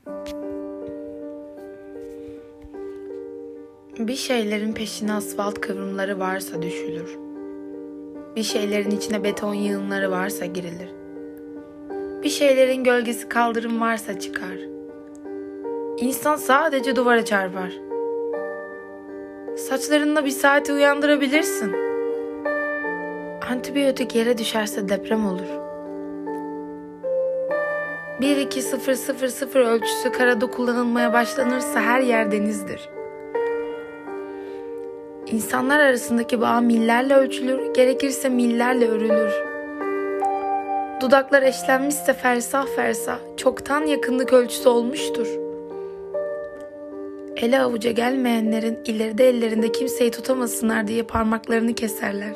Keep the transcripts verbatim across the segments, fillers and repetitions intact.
Bir şeylerin peşine asfalt kıvrımları varsa düşülür. Bir şeylerin içine beton yığınları varsa girilir. Bir şeylerin gölgesi kaldırım varsa çıkar. İnsan sadece duvara çarpar. Saçlarınla bir saati uyandırabilirsin. Antibiyotik yere düşerse deprem olur. bir iki sıfır sıfır sıfır ölçüsü karada kullanılmaya başlanırsa her yer denizdir. İnsanlar arasındaki bağ millerle ölçülür, gerekirse millerle örülür. Dudaklar eşlenmişse fersah fersah, çoktan yakınlık ölçüsü olmuştur. Ele avuca gelmeyenlerin ileride ellerinde kimseyi tutamasınlar diye parmaklarını keserler.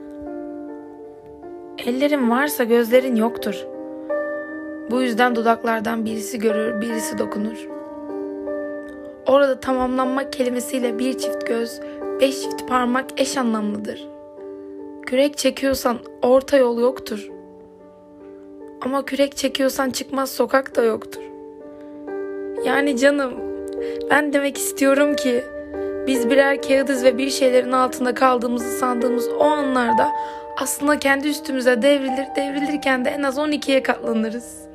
Ellerin varsa gözlerin yoktur. Bu yüzden dudaklardan birisi görür, birisi dokunur. Orada tamamlanmak kelimesiyle bir çift göz, beş çift parmak eş anlamlıdır. Kürek çekiyorsan orta yol yoktur. Ama kürek çekiyorsan çıkmaz sokak da yoktur. Yani canım, ben demek istiyorum ki biz birer kağıdız ve bir şeylerin altında kaldığımızı sandığımız o anlarda aslında kendi üstümüze devrilir, devrilirken de en az on ikiye katlanırız.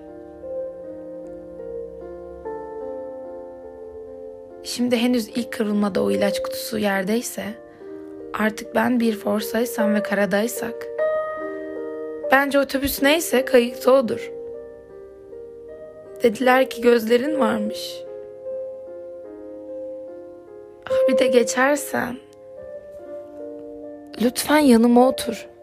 Şimdi henüz ilk kırılmada o ilaç kutusu yerdeyse, artık ben bir forsaysam ve karadaysak, bence otobüs neyse kayık da odur. Dediler ki gözlerin varmış. Bir de geçersen, lütfen yanıma otur.